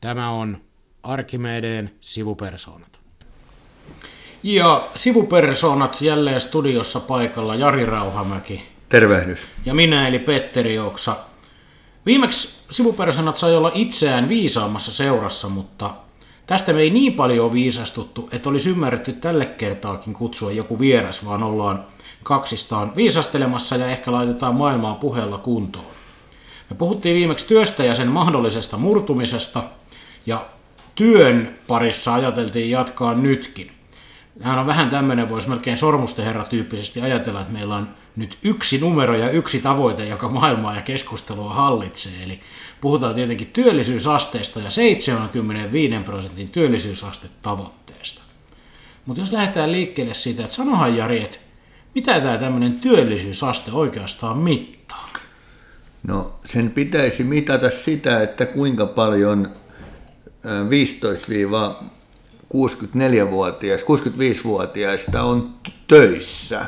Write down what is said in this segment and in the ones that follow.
Tämä on Arkimedeen sivupersoonat. Ja sivupersoonat jälleen studiossa paikalla Jari Rauhamäki. Tervehdys. Ja minä eli Petteri Oksa. Viimeksi sivupersoonat sai olla itseään viisaammassa seurassa, mutta tästä me ei niin paljon viisastuttu, että olisi ymmärretty tälle kertaakin kutsua joku vieras, vaan ollaan kaksistaan viisastelemassa ja ehkä laitetaan maailmaa puheella kuntoon. Me puhuttiin viimeksi työstä ja sen mahdollisesta murtumisesta, ja työn parissa ajateltiin jatkaa nytkin. Tämä on vähän tämmöinen, voisi melkein Sormusten herra tyyppisesti ajatella, että meillä on nyt yksi numero ja yksi tavoite, joka maailmaa ja keskustelua hallitsee. Eli puhutaan tietenkin työllisyysasteesta ja 75% työllisyysastetavoitteesta. Mutta jos lähdetään liikkeelle siitä, että sanohan Jari, että mitä tämä tämmöinen työllisyysaste oikeastaan mittaa? No sen pitäisi mitata sitä, että kuinka paljon 15-64-vuotiaista on töissä.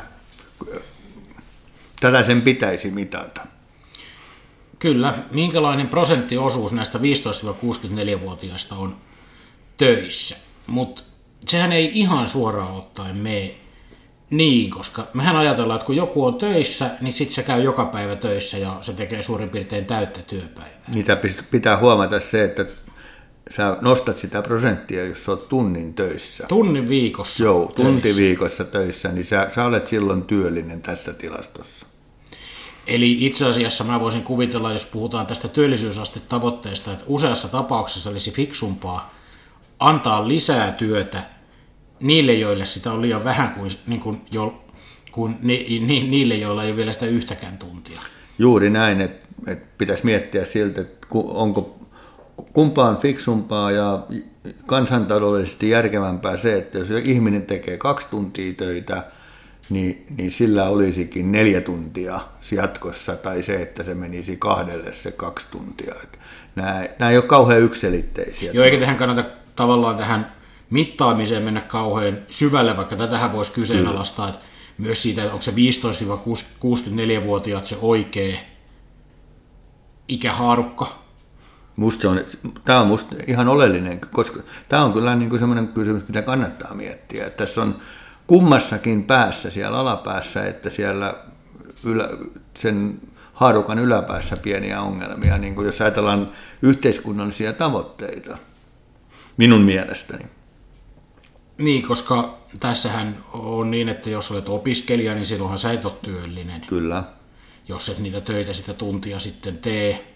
Tätä sen pitäisi mitata. Kyllä. Minkälainen prosenttiosuus näistä 15-64-vuotiaista on töissä? Mutta sehän ei ihan suoraan ottaen mene niin, koska mehän ajatellaan, että kun joku on töissä, niin sitten se käy joka päivä töissä ja se tekee suurin piirtein täyttä työpäivää. Niitä pitää huomata se, että sä nostat sitä prosenttia, jos sä oot tunnin töissä. Tunnin viikossa. Joo, tunti viikossa töissä, niin sä olet silloin työllinen tässä tilastossa. Eli itse asiassa mä voisin kuvitella, jos puhutaan tästä työllisyysastetavoitteesta, että useassa tapauksessa olisi fiksumpaa antaa lisää työtä niille, joille sitä on liian vähän kuin niille, joilla ei ole vielä sitä yhtäkään tuntia. Juuri näin, että pitäisi miettiä siltä, että onko kumpaan fiksumpaa ja kansantaloudellisesti järkevämpää se, että jos ihminen tekee 2 tuntia töitä, niin sillä olisikin 4 tuntia jatkossa, tai se, että se menisi 2 se 2 tuntia. Nämä ei ole kauhean yksiselitteisiä. Joo, eikä tähän kannata tavallaan tähän mittaamiseen mennä kauhean syvälle, vaikka tätähän voisi kyseenalaistaa, että myös siitä, että onko se 15-64-vuotiaat se oikea ikähaarukka. Tämä on musta ihan oleellinen, koska tämä on kyllä niin kuin sellainen kysymys, mitä kannattaa miettiä. Että tässä on kummassakin päässä, siellä alapäässä, että siellä sen haarukan yläpäässä pieniä ongelmia, niin kuin jos ajatellaan yhteiskunnallisia tavoitteita, minun mielestäni. Niin, koska tässähän on niin, että jos olet opiskelija, niin silloinhan sä et ole työllinen. Kyllä. Jos et niitä töitä sitä tuntia sitten tee.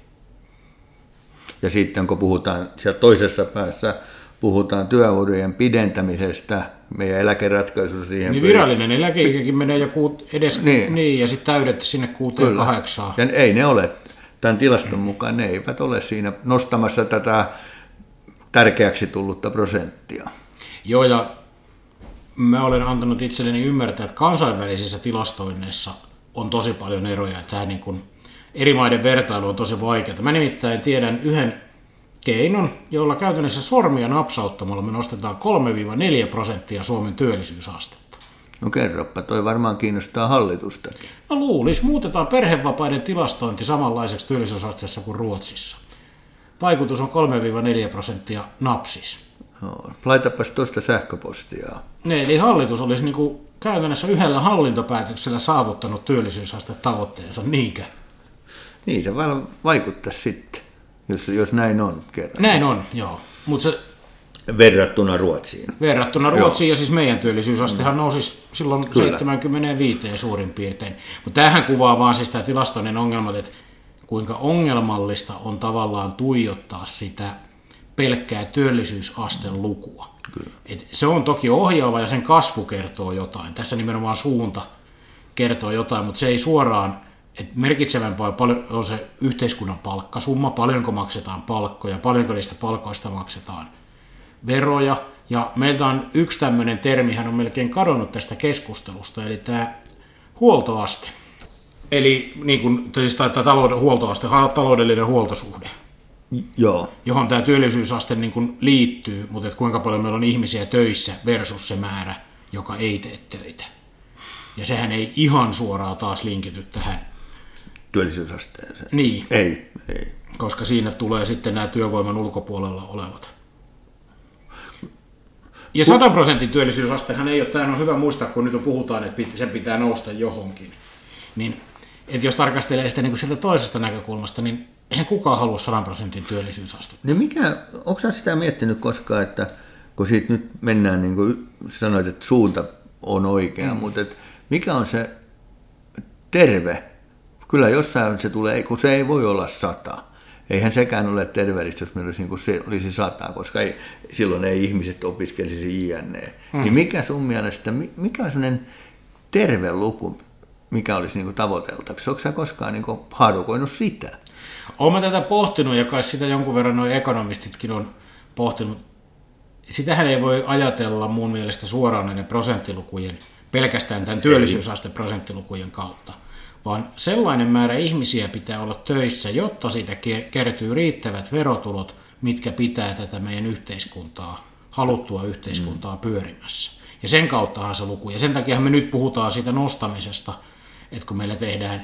Ja sitten kun puhutaan siellä toisessa päässä, puhutaan työurien pidentämisestä, meidän eläkeratkaisussa siihen. Niin virallinen eläkeikäkin menee jo niin ja sitten täydet sinne 6-8. Ja ei ne ole, tämän tilaston mukaan ne eivät ole siinä nostamassa tätä tärkeäksi tullutta prosenttia. Joo, ja mä olen antanut itselleni ymmärtää, että kansainvälisissä tilastoinneissa on tosi paljon eroja. Tämä niin kuin eri maiden vertailu on tosi vaikeaa. Mä nimittäin tiedän yhden keinon, jolla käytännössä sormia napsauttamalla me nostetaan 3-4% Suomen työllisyysastetta. No kerropa, toi varmaan kiinnostaa hallitustakin. No luulis, muutetaan perhevapaiden tilastointi samanlaiseksi työllisyysasteessa kuin Ruotsissa. Vaikutus on 3-4% napsis. No, laitapas tuosta sähköpostia. Eli hallitus olisi niin kuin käytännössä yhdellä hallintopäätöksellä saavuttanut työllisyysastetavoitteensa, niinkö? Niin se vaan vaikuttaa sitten, jos näin on kerran. Näin on, joo. Verrattuna Ruotsiin. Verrattuna Ruotsiin, ja siis meidän työllisyysastehan nousisi silloin kyllä 75 suurin piirtein. Mutta tämähän kuvaa vaan siis tämä tilastoinen ongelmat, että kuinka ongelmallista on tavallaan tuijottaa sitä pelkkää työllisyysasteen lukua. Et se on toki ohjaava ja sen kasvu kertoo jotain. Tässä nimenomaan suunta kertoo jotain, mutta se ei suoraan, että merkitsevämpää on se yhteiskunnan palkkasumma, paljonko maksetaan palkkoja, paljonko niistä palkoista maksetaan veroja. Ja meiltä on yksi tämmöinen termi, hän on melkein kadonnut tästä keskustelusta, eli tämä huoltoaste. Eli niin kuin, siis huoltoaste, taloudellinen huoltosuhde. Joo. Johon tämä työllisyysaste niin kuin liittyy, mutta että kuinka paljon meillä on ihmisiä töissä versus se määrä, joka ei tee töitä. Ja sehän ei ihan suoraan taas linkity tähän työllisyysasteeseen. Niin. Ei. Koska siinä tulee sitten nämä työvoiman ulkopuolella olevat. Ja 100% työllisyysastehan ei ole, tämä on hyvä muistaa, kun nyt puhutaan, että sen pitää nousta johonkin. Niin, että jos tarkastelee sitä niin kuin sieltä toisesta näkökulmasta, niin eihän kukaan halua 100% työllisyysastetta. Niin onko sinä sitä miettinyt koskaan, että kun siitä nyt mennään, niin kuin sanoit, että suunta on oikea, mutta että mikä on se terve? Kyllä jossain se tulee, kun se ei voi olla 100. Eihän sekään ole terveellistä, jos meillä olisi, niin kuin se olisi 100, koska silloin ei ihmiset opiskelisi JNE. Niin mikä sun mielestä, mikä on sellainen terve luku, mikä olisi niin kuin tavoiteltavissa? Onko sä koskaan niin kuin haarukoinut sitä? Olen tätä pohtinut, ja kai sitä jonkun verran nuo ekonomistitkin on pohtinut. Sitähän ei voi ajatella mun mielestä suoraan näiden prosenttilukujen, pelkästään tämän työllisyysasteprosenttilukujen kautta, vaan sellainen määrä ihmisiä pitää olla töissä, jotta siitä kertyy riittävät verotulot, mitkä pitää tätä meidän yhteiskuntaa, haluttua yhteiskuntaa pyörimässä. Ja sen kauttahan se luku. Ja sen takia me nyt puhutaan siitä nostamisesta, että kun meillä tehdään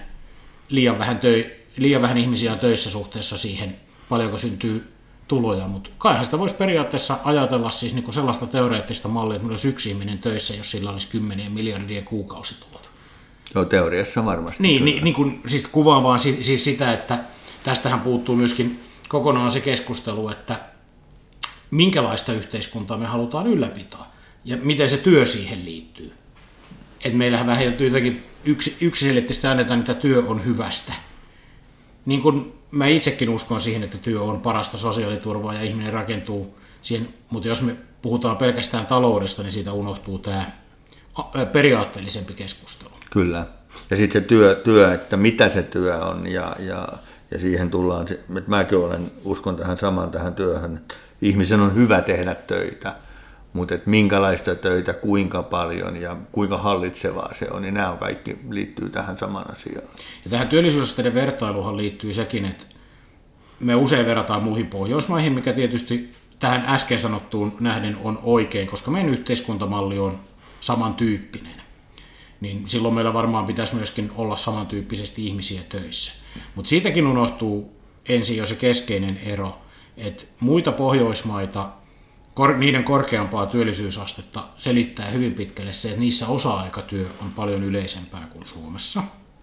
liian vähän ihmisiä on töissä suhteessa siihen, paljonko syntyy tuloja, mutta kaihan sitä voisi periaatteessa ajatella siis niin kuin sellaista teoreettista mallia, että meillä olisi yksi ihminen töissä, jos sillä olisi 10 miljardien kuukausitulot. Joo, teoriassa varmasti. Niin kuin, siis kuvaan vaan siis sitä, että tästähän puuttuu myöskin kokonaan se keskustelu, että minkälaista yhteiskuntaa me halutaan ylläpitää ja miten se työ siihen liittyy. Että meillähän vähän jotenkin yksiselitteisesti annetaan, että työ on hyvästä. Niin kuin mä itsekin uskon siihen, että työ on parasta sosiaaliturvaa ja ihminen rakentuu siihen, mutta jos me puhutaan pelkästään taloudesta, niin siitä unohtuu tämä periaatteellisempi keskustelu. Kyllä. Ja sitten se työ, että mitä se työ on ja siihen tullaan, että mäkin uskon tähän työhön, että ihmisen on hyvä tehdä töitä, mutta että minkälaista töitä, kuinka paljon ja kuinka hallitsevaa se on, niin nämä on kaikki liittyy tähän samaan asiaan. Ja tähän työllisyysasteiden vertailuhan liittyy sekin, että me usein verrataan muihin Pohjoismaihin, mikä tietysti tähän äsken sanottuun nähden on oikein, koska meidän yhteiskuntamalli on samantyyppinen. Niin silloin meillä varmaan pitäisi myöskin olla samantyyppisesti ihmisiä töissä. Mutta siitäkin unohtuu ensin jo se keskeinen ero, että muita Pohjoismaita, niiden korkeampaa työllisyysastetta selittää hyvin pitkälle se, että niissä osa-aikatyö on paljon yleisempää kuin Suomessa.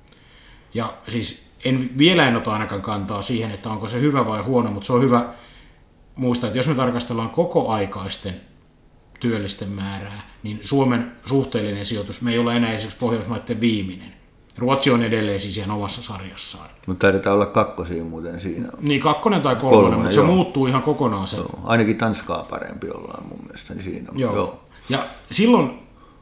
Ja siis en ota ainakaan kantaa siihen, että onko se hyvä vai huono, mutta se on hyvä muistaa, että jos me tarkastellaan kokoaikaisten työllisten määrää, niin Suomen suhteellinen sijoitus, me ei ole enää esimerkiksi Pohjoismaiden viimeinen. Ruotsi on edelleen siis ihan omassa sarjassaan. Mutta taidetaan olla kakkosia muuten siinä. Niin, 2. tai 3, mutta se muuttuu ihan kokonaan se. Joo, ainakin Tanskaa parempi ollaan mun mielestä. Niin siinä. Joo. Ja silloin,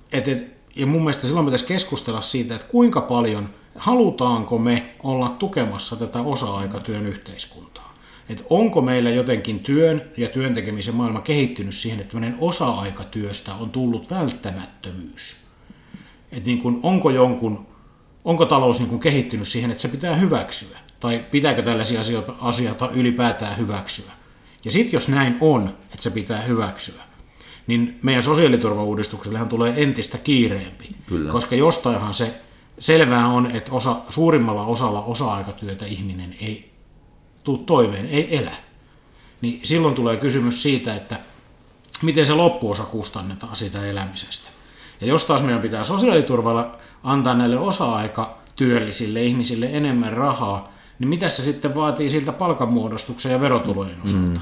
ja mun mielestä silloin pitäisi keskustella siitä, että kuinka paljon halutaanko me olla tukemassa tätä osa-aikatyön yhteiskuntaa. Että onko meillä jotenkin työn ja työn tekemisen maailma kehittynyt siihen, että tämmöinen osa-aikatyöstä on tullut välttämättömyys. Että niin kuin, onko talous niin kuin kehittynyt siihen, että se pitää hyväksyä? Tai pitääkö tällaisia asioita ylipäätään hyväksyä? Ja sitten jos näin on, että se pitää hyväksyä, niin meidän sosiaaliturvauudistuksellehan tulee entistä kiireempi. Kyllä. Koska jostainhan se selvää on, että suurimmalla osalla osa-aikatyötä ihminen ei tule toimeen, ei elä. Niin silloin tulee kysymys siitä, että miten se loppuosa kustannetaan siitä elämisestä. Ja jos taas meidän pitää sosiaaliturvalla antaa näille osa-aikatyöllisille ihmisille enemmän rahaa, niin mitä se sitten vaatii siltä palkanmuodostuksen ja verotulojen osalta?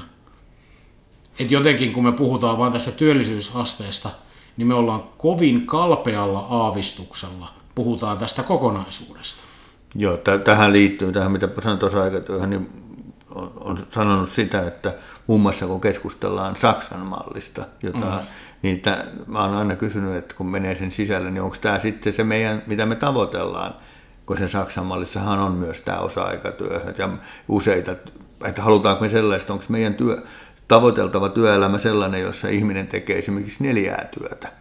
Et jotenkin kun me puhutaan vain tästä työllisyysasteesta, niin me ollaan kovin kalpealla aavistuksella, puhutaan tästä kokonaisuudesta. Joo, tähän liittyy, mitä sanoit osa-aikatyöhön, niin on sanonut sitä, että muun muassa kun keskustellaan Saksan mallista, niin mä oon aina kysynyt, että kun menee sen sisälle, niin onko tämä sitten se meidän, mitä me tavoitellaan, kun sen Saksan mallissahan on myös tämä osa-aikatyö ja useita, että halutaanko me sellaista, onko meidän tavoiteltava työelämä sellainen, jossa ihminen tekee esimerkiksi 4 työtä.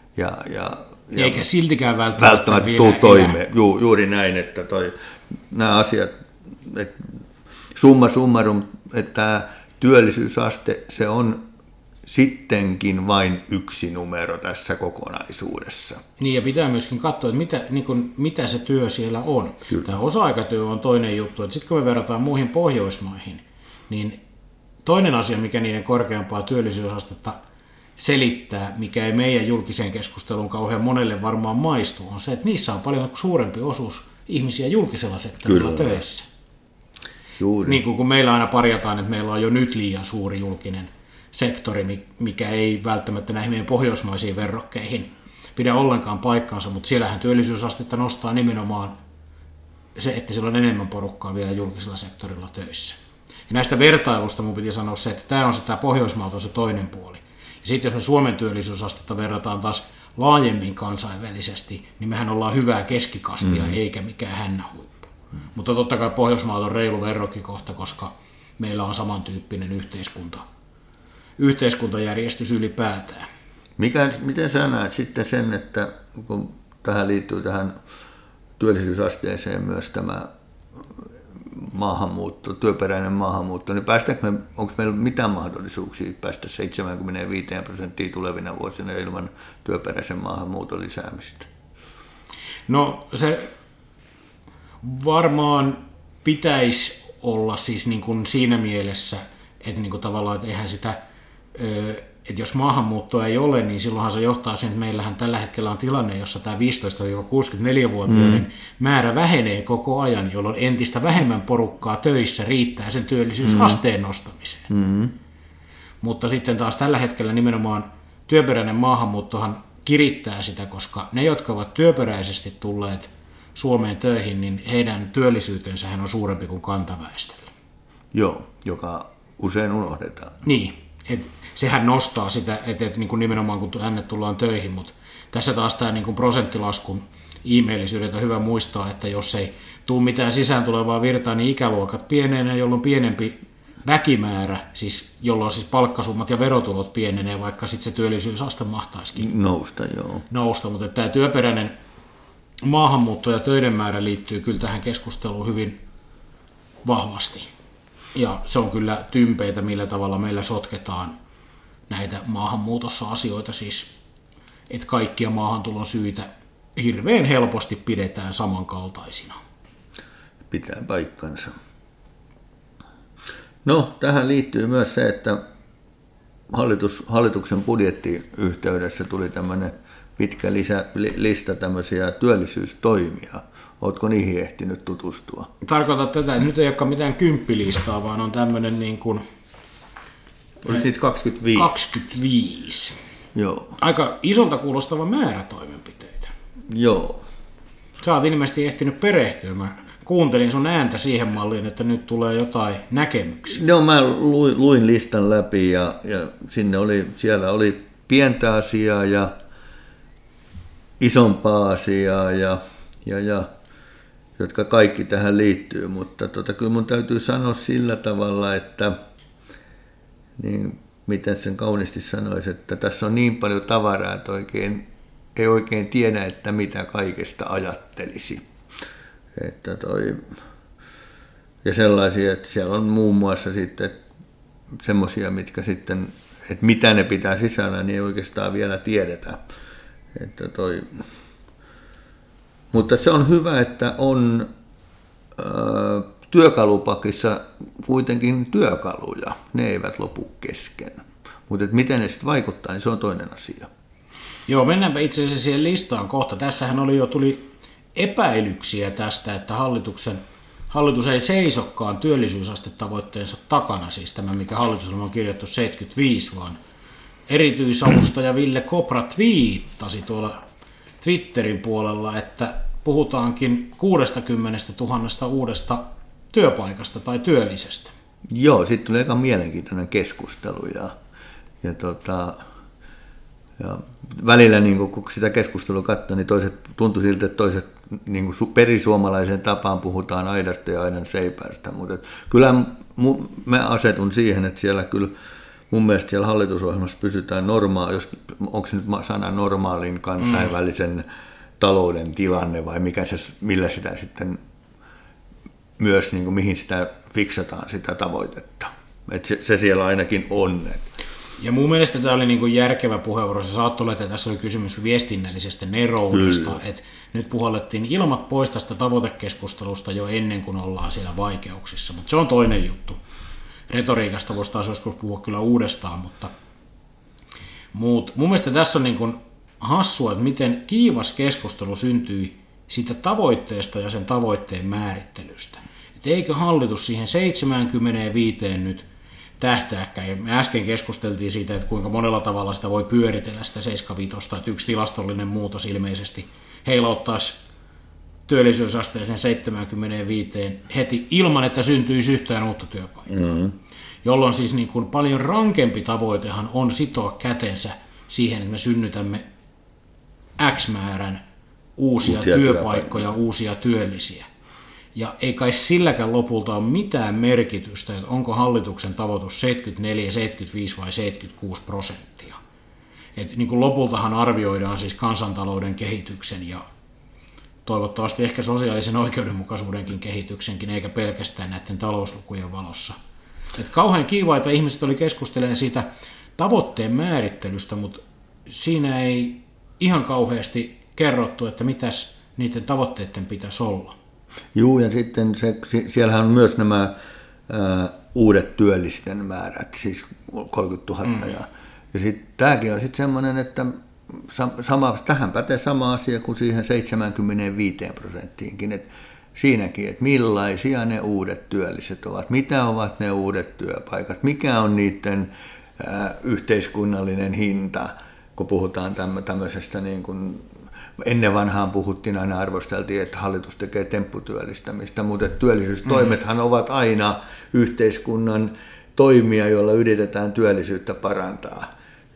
Eikä siltikään välttämättä tule toimeen. Juuri näin, että nämä asiat, että summa summarum, että tämä työllisyysaste, se on sittenkin vain yksi numero tässä kokonaisuudessa. Niin, ja pitää myöskin katsoa, että mitä se työ siellä on. Kyllä. Tämä osa-aikatyö on toinen juttu, että sitten kun me verrataan muihin Pohjoismaihin, niin toinen asia, mikä niiden korkeampaa työllisyysastetta selittää, mikä ei meidän julkiseen keskusteluun kauhean monelle varmaan maistu, on se, että niissä on paljon suurempi osuus ihmisiä julkisella sektorilla töissä. Juuri. Niin kuin kun meillä aina parjataan, että meillä on jo nyt liian suuri julkinen sektori, mikä ei välttämättä näihin meidän pohjoismaisiin verrokkeihin pidä ollenkaan paikkaansa, mutta siellähän työllisyysastetta nostaa nimenomaan se, että siellä on enemmän porukkaa vielä julkisella sektorilla töissä. Ja näistä vertailusta mun piti sanoa se, että tämä Pohjoismaat on se toinen puoli. Ja sitten jos me Suomen työllisyysastetta verrataan taas laajemmin kansainvälisesti, niin mehän ollaan hyvää keskikastia eikä mikään hännähuippu. Mutta totta kai Pohjoismaat on reilu verrokkikohta, koska meillä on samantyyppinen yhteiskuntajärjestys ylipäätään. Miten sä näet sitten sen, että kun tähän liittyy tähän työllisyysasteeseen myös tämä maahanmuutto, työperäinen maahanmuutto, niin onko meillä mitään mahdollisuuksia päästä 75% tulevina vuosina ilman työperäisen maahanmuuton lisäämistä? No se varmaan pitäisi olla siis niin kuin siinä mielessä, että niin kuin tavallaan, että eihän sitä, että jos maahanmuuttoa ei ole, niin silloinhan se johtaa siihen, että meillähän tällä hetkellä on tilanne, jossa tämä 15-64-vuotiaiden määrä vähenee koko ajan, jolloin entistä vähemmän porukkaa töissä riittää sen työllisyysasteen nostamiseen. Mm-hmm. Mutta sitten taas tällä hetkellä nimenomaan työperäinen maahanmuuttohan kirittää sitä, koska ne, jotka ovat työperäisesti tulleet Suomeen töihin, niin heidän työllisyytensähän on suurempi kuin kantaväestöllä. Joo, joka usein unohdetaan. Niin, että sehän nostaa sitä, että niin kuin nimenomaan kun tänne tullaan töihin, mutta tässä taas tämä niin kuin prosenttilaskun ihmeellisyydet on hyvä muistaa, että jos ei tule mitään sisään tulevaa virtaa, niin ikäluokat pienenee, jolloin pienempi väkimäärä, siis jolloin siis palkkasummat ja verotulot pienenee, vaikka sitten se työllisyysaste mahtaisikin nousta, mutta tämä työperäinen maahanmuutto ja töiden määrä liittyy kyllä tähän keskusteluun hyvin vahvasti. Ja se on kyllä tympeitä, millä tavalla meillä sotketaan näitä maahanmuutossa asioita, siis että kaikkia maahantulon syitä hirveän helposti pidetään samankaltaisina. Pitää paikkansa. No, tähän liittyy myös se, että hallituksen budjettiyhteydessä tuli tämmöinen pitkä lista tämmöisiä työllisyystoimia. Oletko niihin ehtinyt tutustua? Tarkoitan tätä, että nyt ei olekaan mitään kymppilistaa, vaan on tämmöinen niin kuin... Oli siitä 25. 25. Joo. Aika isolta kuulostava määrä toimenpiteitä. Joo. Sä oot ilmeisesti ehtinyt perehtyä. Mä kuuntelin sun ääntä siihen malliin, että nyt tulee jotain näkemyksiä. Joo, mä luin listan läpi ja siellä oli pientä asiaa ja isompaa asiaa ja jotka kaikki tähän liittyy, mutta kyllä mun täytyy sanoa sillä tavalla, että niin, miten sen kauniisti sanoisi, että tässä on niin paljon tavaraa, että ei oikein tiedä, että mitä kaikesta ajattelisi. Ja sellaisia, että siellä on muun muassa sitten semmoisia, mitkä sitten, että mitä ne pitää sisällä, niin ei oikeastaan vielä tiedetä. Mutta se on hyvä, että on työkalupakissa kuitenkin työkaluja. Ne eivät lopu kesken. Mutta miten ne sitten vaikuttaa, niin se on toinen asia. Joo, mennäänpä itse asiassa siihen listaan kohta. Tässähän tuli epäilyksiä tästä, että hallitus ei seisokkaan työllisyysastetavoitteensa takana, siis tämä mikä hallitusohjelma on kirjattu 75, vaan erityisavustaja Ville Kopra twiittasi tuolla Twitterin puolella, että puhutaankin 60 000 uudesta työpaikasta tai työllisestä. Joo, sitten tuli aika mielenkiintoinen keskustelu ja välillä niin kun sitä keskustelua katsoi, niin tuntui siltä, että toiset niin perisuomalaisen tapaan puhutaan aidasta ja aidan seipäästä, mutta kyllä mä asetun siihen, että siellä kyllä mun mielestä siellä hallitusohjelmassa pysytään onko se nyt sana normaalin kansainvälisen talouden tilanne vai millä sitä sitten myös, niin kuin, mihin sitä fiksataan sitä tavoitetta. Että se siellä ainakin on. Ja mun mielestä tämä oli niin kuin järkevä puheenvuoro. Se saattoi olla, että tässä oli kysymys viestinnällisestä neroudesta. Että nyt puhallettiin ilmat pois tästä tavoitekeskustelusta jo ennen kuin ollaan siellä vaikeuksissa. Mutta se on toinen juttu. Retoriikasta voisi taas joskus puhua kyllä uudestaan, mutta mun mielestä tässä on niin kuin hassua, että miten kiivas keskustelu syntyi siitä tavoitteesta ja sen tavoitteen määrittelystä. Että eikö hallitus siihen 75 nyt tähtääkään. Ja me äsken keskusteltiin siitä, että kuinka monella tavalla sitä voi pyöritellä sitä 75, että yksi tilastollinen muutos ilmeisesti heilauttaisi työllisyysasteeseen 75 heti ilman, että syntyisi yhtään uutta työpaikkaa. Jolloin siis niin kuin paljon rankempi tavoitehan on sitoa kätensä siihen, että me synnytämme X määrän uusia työpaikkoja, uusia työllisiä. Ja ei kai silläkään lopulta ole mitään merkitystä, että onko hallituksen tavoitus 74, 75 vai 76%. Et niin kuin lopultahan arvioidaan siis kansantalouden kehityksen ja toivottavasti ehkä sosiaalisen oikeudenmukaisuudenkin kehityksenkin, eikä pelkästään näiden talouslukujen valossa. Et kauhean kiva, että ihmiset oli keskustelemaan siitä tavoitteen määrittelystä, mutta siinä ei ihan kauheasti kerrottu, että mitäs niiden tavoitteiden pitäisi olla. Juu, ja sitten siellähän on myös nämä uudet työllisten määrät, siis 30 000. Ja sitten tämäkin on sitten semmoinen, että tähän pätee sama asia kuin siihen 75%, että siinäkin, että millaisia ne uudet työlliset ovat, mitä ovat ne uudet työpaikat, mikä on niiden yhteiskunnallinen hinta, kun puhutaan tämmöisestä niin kuin ennen vanhaan puhuttiin, aina arvosteltiin, että hallitus tekee tempputyöllistämistä, mutta työllisyystoimethan ovat aina yhteiskunnan toimia, joilla yritetään työllisyyttä parantaa.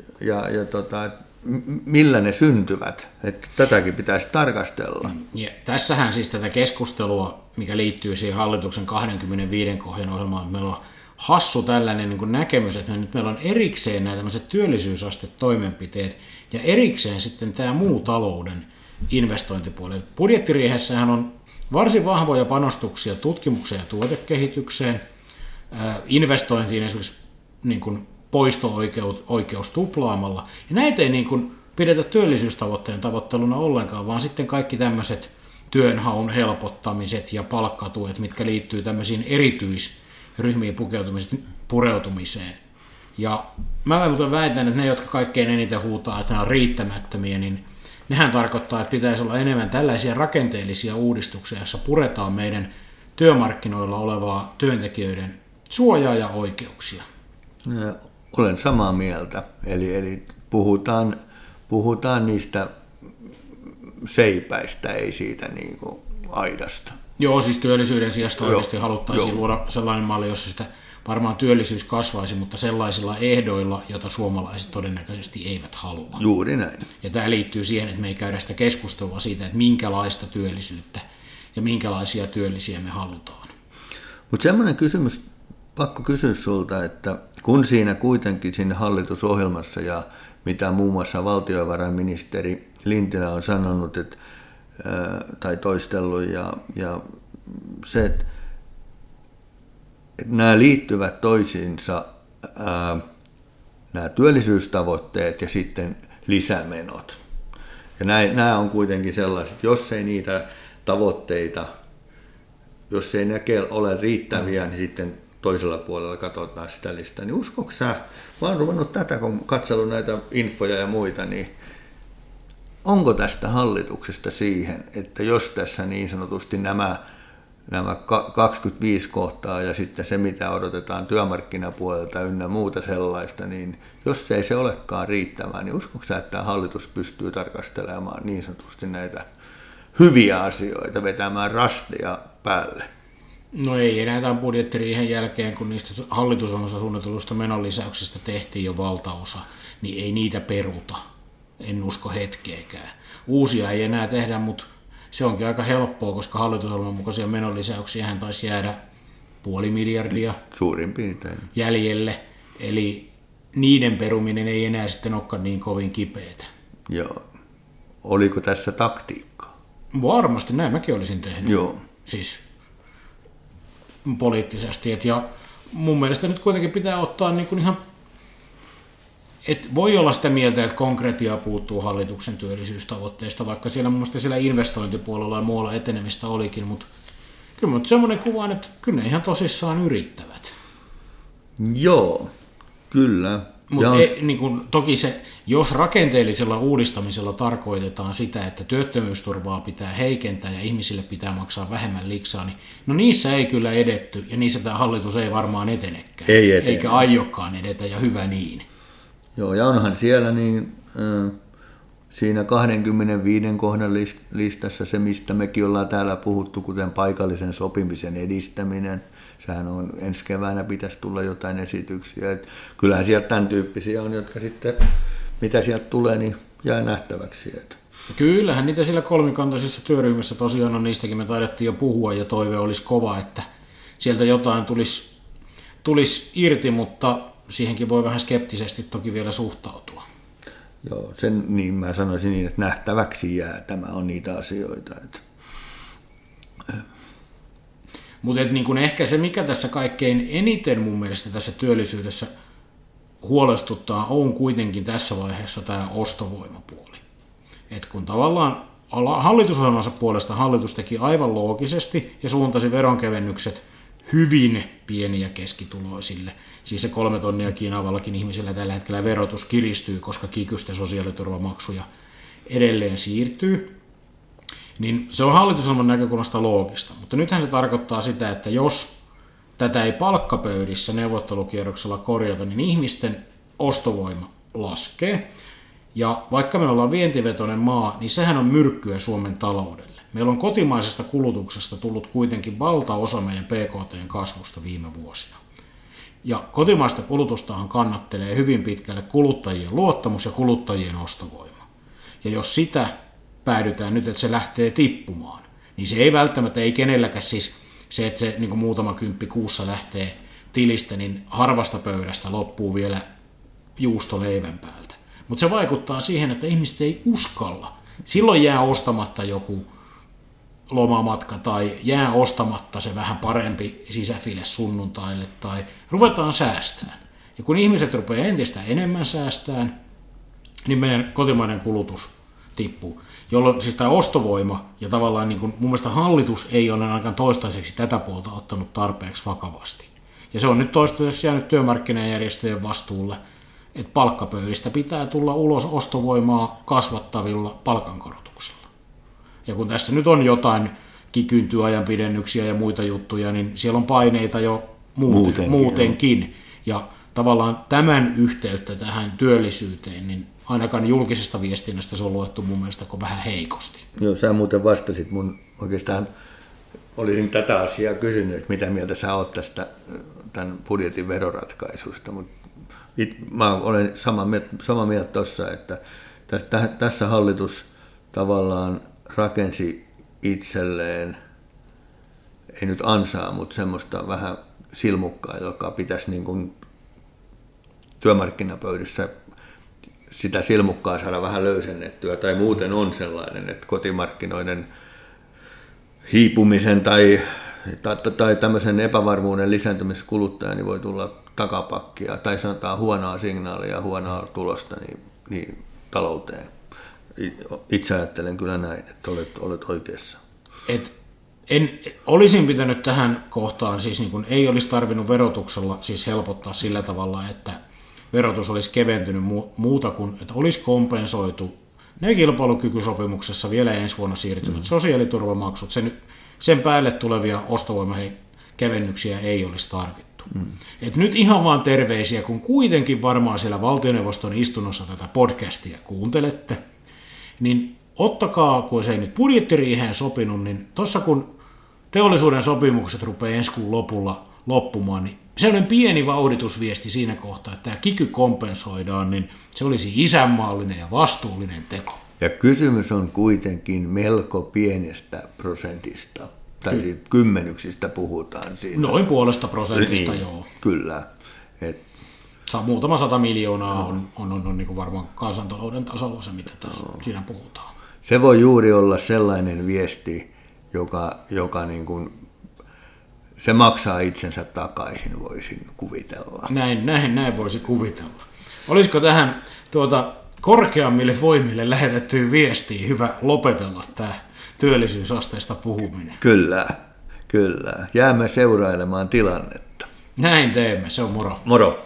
Millä ne syntyvät, että tätäkin pitäisi tarkastella. Ja tässähän siis tätä keskustelua, mikä liittyy siihen hallituksen 25 kohdan ohjelmaan, meillä on hassu tällainen niin kuin näkemys, että nyt meillä on erikseen nämä tämmöiset työllisyysastetoimenpiteet ja erikseen sitten tämä muu talouden investointipuoli. Budjettiriihessähän on varsin vahvoja panostuksia tutkimukseen ja tuotekehitykseen, investointiin esimerkiksi niin kuin poisto-oikeus tuplaamalla. Ja näitä ei niin kuin pidetä työllisyystavoitteen tavoitteluna ollenkaan, vaan sitten kaikki tämmöiset työnhaun helpottamiset ja palkkatuet, mitkä liittyy tämmöisiin erityisryhmiin pureutumiseen. Ja mä muuten väitän, että ne, jotka kaikkein eniten huutaa, että nämä on riittämättömiä, niin nehän tarkoittaa, että pitäisi olla enemmän tällaisia rakenteellisia uudistuksia, joissa puretaan meidän työmarkkinoilla olevaa työntekijöiden suojaa ja oikeuksia. Olen samaa mieltä. Eli puhutaan niistä seipäistä, ei siitä niin kuin aidasta. Joo, siis työllisyyden sijasta oikeasti haluttaisiin luoda sellainen malli, jossa sitä varmaan työllisyys kasvaisi, mutta sellaisilla ehdoilla, joita suomalaiset todennäköisesti eivät halua. Juuri näin. Ja tämä liittyy siihen, että me ei käydä sitä keskustelua siitä, että minkälaista työllisyyttä ja minkälaisia työllisiä me halutaan. Mutta semmoinen kysymys, pakko kysyä sulta, että kun siinä kuitenkin siinä hallitusohjelmassa ja mitä muun muassa valtiovarainministeri Lintilä on sanonut tai toistellut ja se, että nämä liittyvät toisiinsa, nämä työllisyystavoitteet ja sitten lisämenot. Ja nämä on kuitenkin sellaiset, jos ei niitä tavoitteita, jos ei ne ole riittäviä, niin sitten toisella puolella katsotaan sitä listaa. Niin uskoiko sä, mä oon ruvennut tätä, kun katsellut näitä infoja ja muita, niin onko tästä hallituksesta siihen, että jos tässä niin sanotusti nämä 25 kohtaa ja sitten se, mitä odotetaan työmarkkinapuolelta ynnä muuta sellaista, niin jos ei se olekaan riittävää, niin uskoiko sä, että tämä hallitus pystyy tarkastelemaan niin sanotusti näitä hyviä asioita, vetämään rasteja päälle? No ei enää tämän budjettiriihen jälkeen, kun niistä hallitusohjelmassa suunnitelluista menonlisäyksistä tehtiin jo valtaosa, niin ei niitä peruta. En usko hetkeäkään. Uusia ei enää tehdä, mutta se onkin aika helppoa, koska hallitusohjelman mukaisia menonlisäyksiä hän taisi jäädä 500 miljardia suurin piirtein jäljelle. Eli niiden peruminen ei enää sitten olekaan niin kovin kipeätä. Joo. Oliko tässä taktiikkaa? Varmasti, näin mäkin olisin tehnyt. Joo. Siis poliittisesti. Ja mun mielestä nyt kuitenkin pitää ottaa niin kuin ihan Et voi olla sitä mieltä, että konkretia puuttuu hallituksen työllisyystavoitteista, vaikka siellä mun mielestä siellä investointipuolella ja muualla etenemistä olikin, mutta kyllä on semmoinen kuva, että kyllä ne ihan tosissaan yrittävät. Joo, kyllä. Mutta niin toki se, jos rakenteellisella uudistamisella tarkoitetaan sitä, että työttömyysturvaa pitää heikentää ja ihmisille pitää maksaa vähemmän liksaa, niin no niissä ei kyllä edetty ja niissä tämä hallitus ei varmaan etenekään. Ei etene. Eikä aiokaan edetä ja hyvä niin. Joo, ja onhan siellä siinä 25 kohdan listassa se, mistä mekin ollaan täällä puhuttu, kuten paikallisen sopimisen edistäminen. Sehän on ensi keväänä pitäisi tulla jotain esityksiä. Et kyllähän sieltä tämän tyyppisiä on, jotka sitten, mitä sieltä tulee, niin jää nähtäväksi. Kyllähän niitä siellä kolmikantaisessa työryhmässä tosiaan on, niistäkin me taidettiin jo puhua ja toive olisi kova, että sieltä jotain tulisi irti, mutta siihenkin voi vähän skeptisesti toki vielä suhtautua. Joo, niin mä sanoisin niin, että nähtäväksi jää. Tämä on niitä asioita. Mutta niin ehkä se, mikä tässä kaikkein eniten mun mielestä tässä työllisyydessä huolestuttaa, on kuitenkin tässä vaiheessa tämä ostovoimapuoli. Et kun tavallaan hallitusohjelmansa puolesta hallitus teki aivan loogisesti ja suuntasi veronkevennykset hyvin pieni- ja keskituloisille. Siis se 3 tonnia Kiinavallakin ihmisillä tällä hetkellä verotus kiristyy, koska kikystä sosiaaliturvamaksuja edelleen siirtyy. Niin se on hallitusohjelman näkökulmasta loogista, mutta nythän se tarkoittaa sitä, että jos tätä ei palkkapöydissä neuvottelukierroksella korjata, niin ihmisten ostovoima laskee. Ja vaikka me ollaan vientivetoinen maa, niin sehän on myrkkyä Suomen taloudelle. Meillä on kotimaisesta kulutuksesta tullut kuitenkin valtaosa meidän PKT:n kasvusta viime vuosina. Ja kotimaista kulutustahan kannattelee hyvin pitkälle kuluttajien luottamus ja kuluttajien ostovoima. Ja jos sitä päädytään nyt, että se lähtee tippumaan, niin se ei välttämättä, ei kenelläkään siis se, että se niin kuin muutama kymppi kuussa lähtee tilistä, niin harvasta pöydästä loppuu vielä juusto leivän päältä. Mutta se vaikuttaa siihen, että ihmiset ei uskalla. Silloin jää ostamatta joku lomamatka tai jää ostamatta se vähän parempi sisäfile sunnuntaille tai ruvetaan säästämään. Ja kun ihmiset rupeaa entistä enemmän säästämään, niin meidän kotimainen kulutus tippuu. Jolloin siis tämä ostovoima ja tavallaan niin kuin mun mielestä hallitus ei ole ainakaan toistaiseksi tätä puolta ottanut tarpeeksi vakavasti. Ja se on nyt toistaiseksi jäänyt työmarkkinajärjestöjen vastuulle, että palkkapöydistä pitää tulla ulos ostovoimaa kasvattavilla palkankorotuksilla. Ja kun tässä nyt on jotain kikyn työajan pidennyksiä ja muita juttuja, niin siellä on paineita jo muutenkin. Ja tavallaan tämän yhteyttä tähän työllisyyteen, niin ainakaan julkisesta viestinnästä se on luettu mun mielestä vähän heikosti. Joo, sä muuten vastasit mun oikeastaan, olisin tätä asiaa kysynyt, että mitä mieltä sä oot tästä tämän budjetin veroratkaisusta, mutta mä olen samaa mieltä tuossa, että tässä hallitus tavallaan rakensi itselleen, ei nyt ansaa, mutta semmoista vähän silmukkaa, joka pitäisi niin kuin työmarkkinapöydissä sitä silmukkaa saada vähän löysennettyä, tai muuten on sellainen, että kotimarkkinoiden hiipumisen tai tämmöisen epävarmuuden lisääntymisessä kuluttaja niin voi tulla takapakkia, tai sanotaan huonoa signaalia ja huonoa tulosta niin talouteen. Itse ajattelen kyllä näin, että olet oikeassa. Olisin pitänyt tähän kohtaan, siis niin kuin ei olisi tarvinnut verotuksella siis helpottaa sillä tavalla, että verotus olisi keventynyt muuta kuin, että olisi kompensoitu ne kilpailukykysopimuksessa vielä ensi vuonna siirtyvät sosiaaliturvamaksut, sen päälle tulevia ostovoimakevennyksiä ei olisi tarvittu. Et nyt ihan vaan terveisiä, kun kuitenkin varmaan siellä valtioneuvoston istunnossa tätä podcastia kuuntelette, niin ottakaa, kun se ei nyt budjettiriiheen sopinut, niin tuossa kun teollisuuden sopimukset rupeaa ensi kuun lopulla loppumaan, niin sellainen pieni vauhditusviesti siinä kohtaa, että tämä kiky kompensoidaan, niin se olisi isänmaallinen ja vastuullinen teko. Ja kysymys on kuitenkin melko pienestä prosentista, tai kymmenyksistä puhutaan siinä. Noin 0,5%, niin, joo. Kyllä. Muutama 100 miljoonaa on niin kuin varmaan kansantalouden tasolla se, mitä siinä puhutaan. Se voi juuri olla sellainen viesti, joka niin kuin, se maksaa itsensä takaisin, voisin kuvitella. Näin voisi kuvitella. Olisiko tähän korkeammille voimille lähetettyyn viestiin hyvä lopetella tämä työllisyysasteesta puhuminen? Kyllä. Jäämme seurailemaan tilannetta. Näin teemme, se on moro. Moro.